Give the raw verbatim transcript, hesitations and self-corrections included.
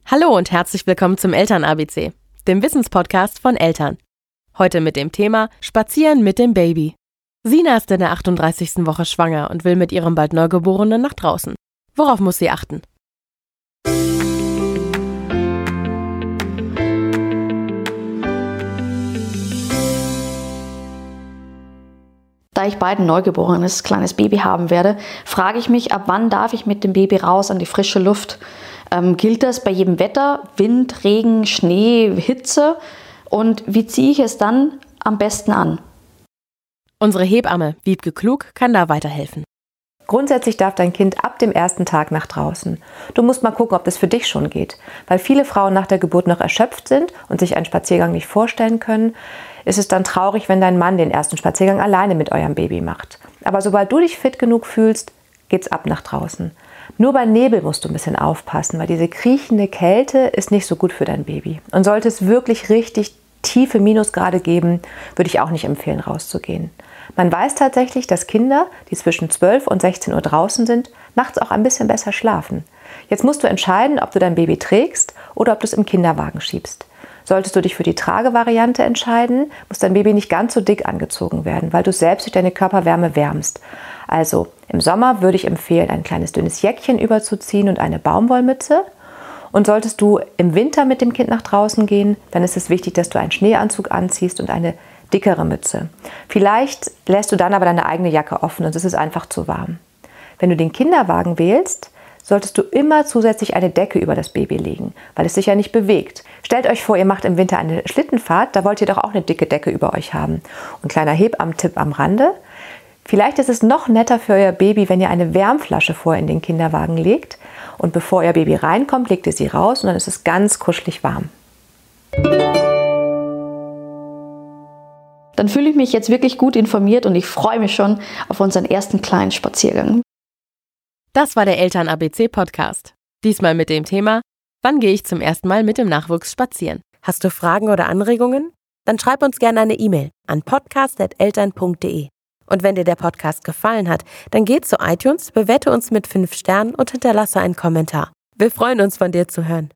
Hallo und herzlich willkommen zum Eltern-A B C, dem Wissenspodcast von Eltern. Heute mit dem Thema Spazieren mit dem Baby. Sina ist in der achtunddreißigsten Woche schwanger und will mit ihrem bald Neugeborenen nach draußen. Worauf muss sie achten? Da ich bald ein neugeborenes kleines Baby haben werde, frage ich mich, ab wann darf ich mit dem Baby raus an die frische Luft? Ähm, gilt das bei jedem Wetter, Wind, Regen, Schnee, Hitze? Und wie ziehe ich es dann am besten an? Unsere Hebamme Wiebke Klug kann da weiterhelfen. Grundsätzlich darf dein Kind ab dem ersten Tag nach draußen. Du musst mal gucken, ob das für dich schon geht. Weil viele Frauen nach der Geburt noch erschöpft sind und sich einen Spaziergang nicht vorstellen können, ist es dann traurig, wenn dein Mann den ersten Spaziergang alleine mit eurem Baby macht. Aber sobald du dich fit genug fühlst, geht's ab nach draußen. Nur bei Nebel musst du ein bisschen aufpassen, weil diese kriechende Kälte ist nicht so gut für dein Baby. Und sollte es wirklich richtig tiefe Minusgrade geben, würde ich auch nicht empfehlen, rauszugehen. Man weiß tatsächlich, dass Kinder, die zwischen zwölf und sechzehn Uhr draußen sind, nachts auch ein bisschen besser schlafen. Jetzt musst du entscheiden, ob du dein Baby trägst oder ob du es im Kinderwagen schiebst. Solltest du dich für die Tragevariante entscheiden, muss dein Baby nicht ganz so dick angezogen werden, weil du selbst durch deine Körperwärme wärmst. Also im Sommer würde ich empfehlen, ein kleines dünnes Jäckchen überzuziehen und eine Baumwollmütze. Und solltest du im Winter mit dem Kind nach draußen gehen, dann ist es wichtig, dass du einen Schneeanzug anziehst und eine dickere Mütze. Vielleicht lässt du dann aber deine eigene Jacke offen und es ist einfach zu warm. Wenn du den Kinderwagen wählst, solltest du immer zusätzlich eine Decke über das Baby legen, weil es sich ja nicht bewegt. Stellt euch vor, ihr macht im Winter eine Schlittenfahrt, da wollt ihr doch auch eine dicke Decke über euch haben. Und kleiner Hebammen-Tipp am Rande: Vielleicht ist es noch netter für euer Baby, wenn ihr eine Wärmflasche vorher in den Kinderwagen legt und bevor euer Baby reinkommt, legt ihr sie raus und dann ist es ganz kuschelig warm. Dann fühle ich mich jetzt wirklich gut informiert und ich freue mich schon auf unseren ersten kleinen Spaziergang. Das war der Eltern-A B C-Podcast. Diesmal mit dem Thema: Wann gehe ich zum ersten Mal mit dem Nachwuchs spazieren? Hast du Fragen oder Anregungen? Dann schreib uns gerne eine E-Mail an podcast at eltern punkt de. Und wenn dir der Podcast gefallen hat, dann geh zu iTunes, bewerte uns mit fünf Sternen und hinterlasse einen Kommentar. Wir freuen uns, von dir zu hören.